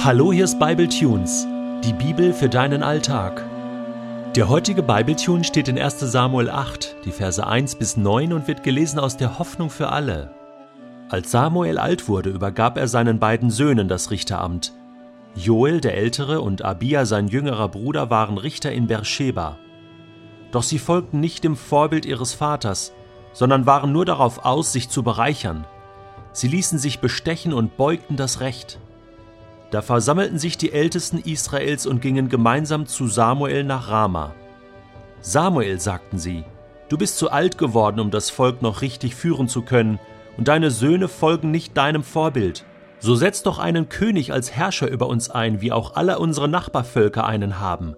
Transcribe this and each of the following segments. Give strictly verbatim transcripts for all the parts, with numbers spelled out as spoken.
Hallo, hier ist Bible Tunes, die Bibel für deinen Alltag. Der heutige Bible Tune steht in erster Samuel acht, die Verse eins bis neun und wird gelesen aus der Hoffnung für alle. Als Samuel alt wurde, übergab er seinen beiden Söhnen das Richteramt. Joel, der Ältere, und Abia, sein jüngerer Bruder, waren Richter in Beersheba. Doch sie folgten nicht dem Vorbild ihres Vaters, sondern waren nur darauf aus, sich zu bereichern. Sie ließen sich bestechen und beugten das Recht. Da versammelten sich die Ältesten Israels und gingen gemeinsam zu Samuel nach Rama. Samuel, sagten sie, du bist zu alt geworden, um das Volk noch richtig führen zu können, und deine Söhne folgen nicht deinem Vorbild. So setz doch einen König als Herrscher über uns ein, wie auch alle unsere Nachbarvölker einen haben.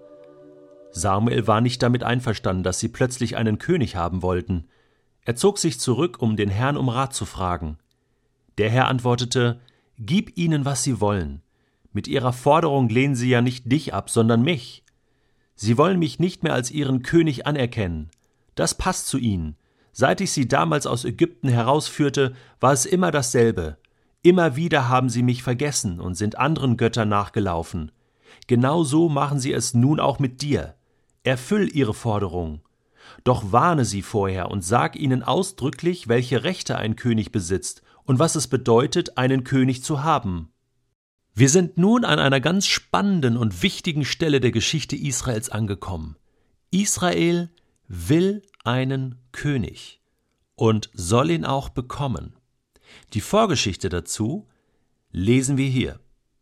Samuel war nicht damit einverstanden, dass sie plötzlich einen König haben wollten. Er zog sich zurück, um den Herrn um Rat zu fragen. Der Herr antwortete, gib ihnen, was sie wollen. Mit ihrer Forderung lehnen sie ja nicht dich ab, sondern mich. Sie wollen mich nicht mehr als ihren König anerkennen. Das passt zu ihnen. Seit ich sie damals aus Ägypten herausführte, war es immer dasselbe. Immer wieder haben sie mich vergessen und sind anderen Göttern nachgelaufen. Genau so machen sie es nun auch mit dir. Erfüll ihre Forderung. Doch warne sie vorher und sag ihnen ausdrücklich, welche Rechte ein König besitzt und was es bedeutet, einen König zu haben. Wir sind nun an einer ganz spannenden und wichtigen Stelle der Geschichte Israels angekommen. Israel will einen König und soll ihn auch bekommen. Die Vorgeschichte dazu lesen wir hier.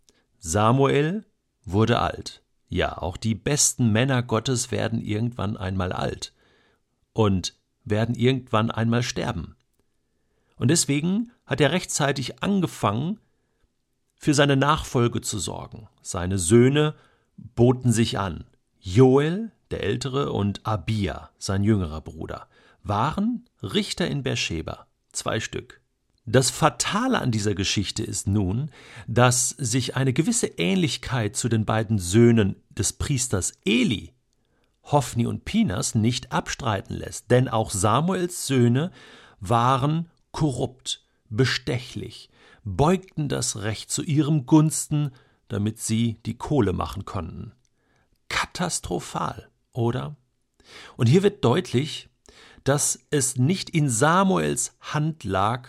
Samuel wurde alt. Ja, auch die besten Männer Gottes werden irgendwann einmal alt und werden irgendwann einmal sterben. Und deswegen hat er rechtzeitig angefangen, für seine Nachfolge zu sorgen. Seine Söhne boten sich an. Joel, der Ältere, und Abia, sein jüngerer Bruder, waren Richter in Beersheba, zwei Stück. Das Fatale an dieser Geschichte ist nun, dass sich eine gewisse Ähnlichkeit zu den beiden Söhnen des Priesters Eli, Hofni und Pinas, nicht abstreiten lässt, denn auch Samuels Söhne waren korrupt, bestechlich, beugten das Recht zu ihrem Gunsten, damit sie die Kohle machen konnten. Katastrophal, oder? Und hier wird deutlich, dass es nicht in Samuels Hand lag,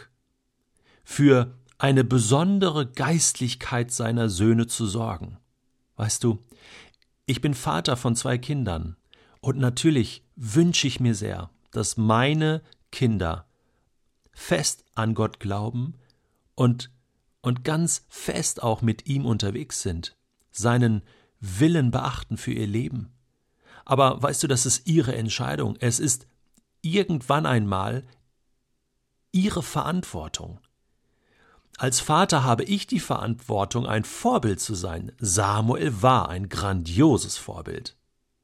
für eine besondere Geistlichkeit seiner Söhne zu sorgen. Weißt du, ich bin Vater von zwei Kindern und natürlich wünsche ich mir sehr, dass meine Kinder fest an Gott glauben und, und ganz fest auch mit ihm unterwegs sind, seinen Willen beachten für ihr Leben. Aber weißt du, das ist ihre Entscheidung. Es ist irgendwann einmal ihre Verantwortung. Als Vater habe ich die Verantwortung, ein Vorbild zu sein. Samuel war ein grandioses Vorbild.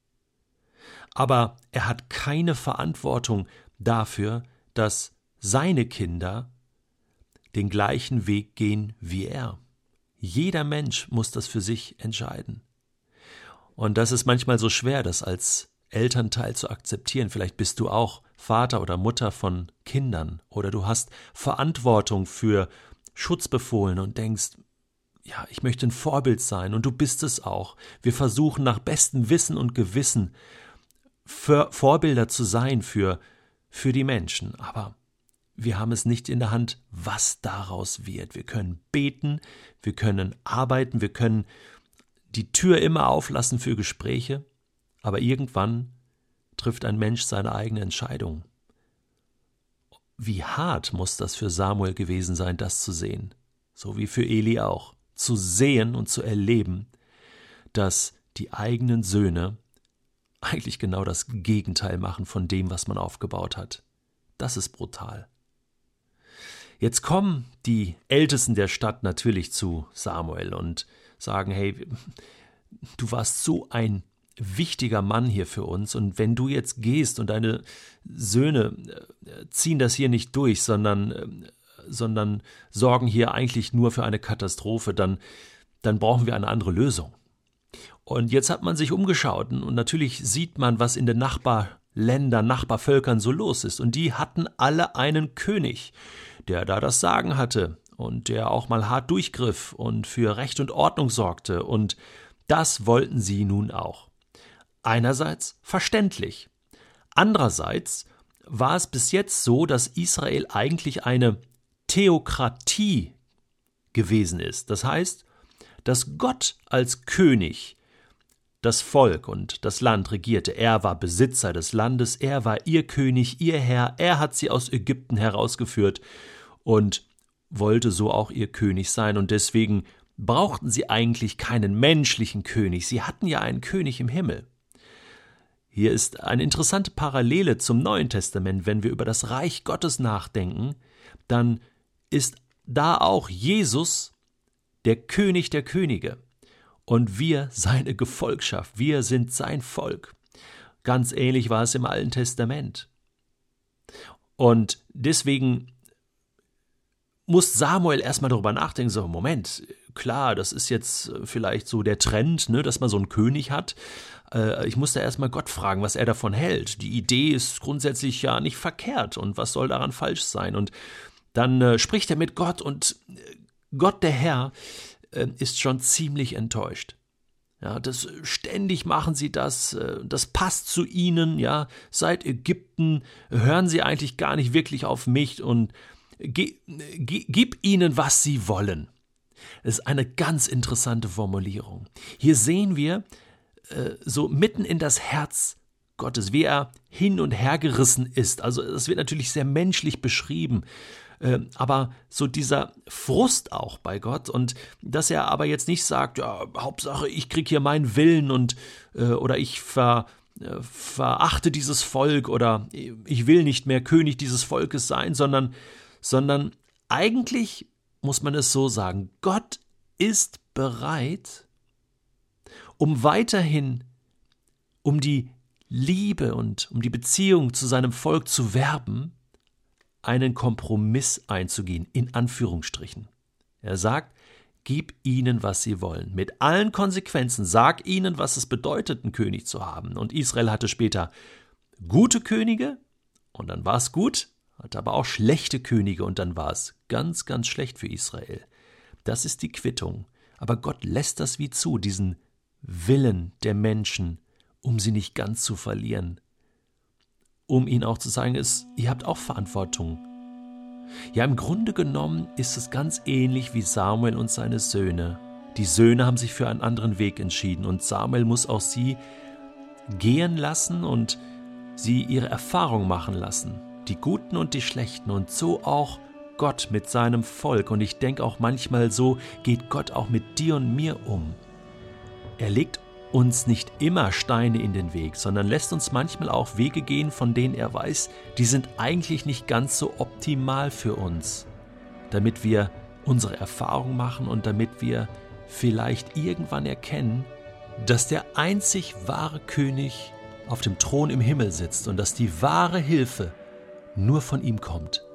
Aber er hat keine Verantwortung dafür, dass seine Kinder den gleichen Weg gehen wie er. Jeder Mensch muss das für sich entscheiden. Und das ist manchmal so schwer, das als Elternteil zu akzeptieren. Vielleicht bist du auch Vater oder Mutter von Kindern oder du hast Verantwortung für Schutzbefohlene und denkst, ja, ich möchte ein Vorbild sein und du bist es auch. Wir versuchen nach bestem Wissen und Gewissen für Vorbilder zu sein für, für die Menschen, aber wir haben es nicht in der Hand, was daraus wird. Wir können beten, wir können arbeiten, wir können die Tür immer auflassen für Gespräche, aber irgendwann trifft ein Mensch seine eigene Entscheidung. Wie hart muss das für Samuel gewesen sein, das zu sehen, so wie für Eli auch, zu sehen und zu erleben, dass die eigenen Söhne eigentlich genau das Gegenteil machen von dem, was man aufgebaut hat. Das ist brutal. Jetzt kommen die Ältesten der Stadt natürlich zu Samuel und sagen, hey, du warst so ein wichtiger Mann hier für uns und wenn du jetzt gehst und deine Söhne ziehen das hier nicht durch, sondern, sondern sorgen hier eigentlich nur für eine Katastrophe, dann, dann brauchen wir eine andere Lösung. Und jetzt hat man sich umgeschaut und natürlich sieht man, was in den Nachbarländern, Nachbarvölkern so los ist und die hatten alle einen König, der da das Sagen hatte und der auch mal hart durchgriff und für Recht und Ordnung sorgte, und das wollten sie nun auch. Einerseits verständlich. Andererseits war es bis jetzt so, dass Israel eigentlich eine Theokratie gewesen ist. Das heißt, dass Gott als König das Volk und das Land regierte. Er war Besitzer des Landes, er war ihr König, ihr Herr, er hat sie aus Ägypten herausgeführt und wollte so auch ihr König sein. Und deswegen brauchten sie eigentlich keinen menschlichen König. Sie hatten ja einen König im Himmel. Hier ist eine interessante Parallele zum Neuen Testament. Wenn wir über das Reich Gottes nachdenken, dann ist da auch Jesus der König der Könige und wir seine Gefolgschaft. Wir sind sein Volk. Ganz ähnlich war es im Alten Testament. Und deswegen muss Samuel erstmal darüber nachdenken, so Moment, klar, das ist jetzt vielleicht so der Trend, ne, dass man so einen König hat. Ich muss da erstmal Gott fragen, was er davon hält. Die Idee ist grundsätzlich ja nicht verkehrt und was soll daran falsch sein? Und dann äh, spricht er mit Gott und Gott, der Herr, äh, ist schon ziemlich enttäuscht. Ja, das, ständig machen sie das, äh, das passt zu ihnen, ja, seit Ägypten hören sie eigentlich gar nicht wirklich auf mich und ge, ge, gib ihnen, was sie wollen. Das ist eine ganz interessante Formulierung. Hier sehen wir äh, so mitten in das Herz Gottes, wie er hin und her gerissen ist. Also es wird natürlich sehr menschlich beschrieben, äh, aber so dieser Frust auch bei Gott und dass er aber jetzt nicht sagt, ja, Hauptsache ich kriege hier meinen Willen und äh, oder ich ver, äh, verachte dieses Volk oder ich will nicht mehr König dieses Volkes sein, sondern, sondern eigentlich muss man es so sagen, Gott ist bereit, um weiterhin um die Liebe und um die Beziehung zu seinem Volk zu werben, einen Kompromiss einzugehen, in Anführungsstrichen. Er sagt, gib ihnen, was sie wollen, mit allen Konsequenzen, sag ihnen, was es bedeutet, einen König zu haben. Und Israel hatte später gute Könige und dann war es gut, hatte aber auch schlechte Könige und dann war es ganz, ganz schlecht für Israel. Das ist die Quittung. Aber Gott lässt das wie zu, diesen Willen der Menschen, um sie nicht ganz zu verlieren. Um ihnen auch zu sagen, ist, ihr habt auch Verantwortung. Ja, im Grunde genommen ist es ganz ähnlich wie Samuel und seine Söhne. Die Söhne haben sich für einen anderen Weg entschieden und Samuel muss auch sie gehen lassen und sie ihre Erfahrung machen lassen. Die Guten und die Schlechten und so auch Gott mit seinem Volk. Und ich denke auch manchmal, so geht Gott auch mit dir und mir um. Er legt uns nicht immer Steine in den Weg, sondern lässt uns manchmal auch Wege gehen, von denen er weiß, die sind eigentlich nicht ganz so optimal für uns, damit wir unsere Erfahrung machen und damit wir vielleicht irgendwann erkennen, dass der einzig wahre König auf dem Thron im Himmel sitzt und dass die wahre Hilfe nur von ihm kommt.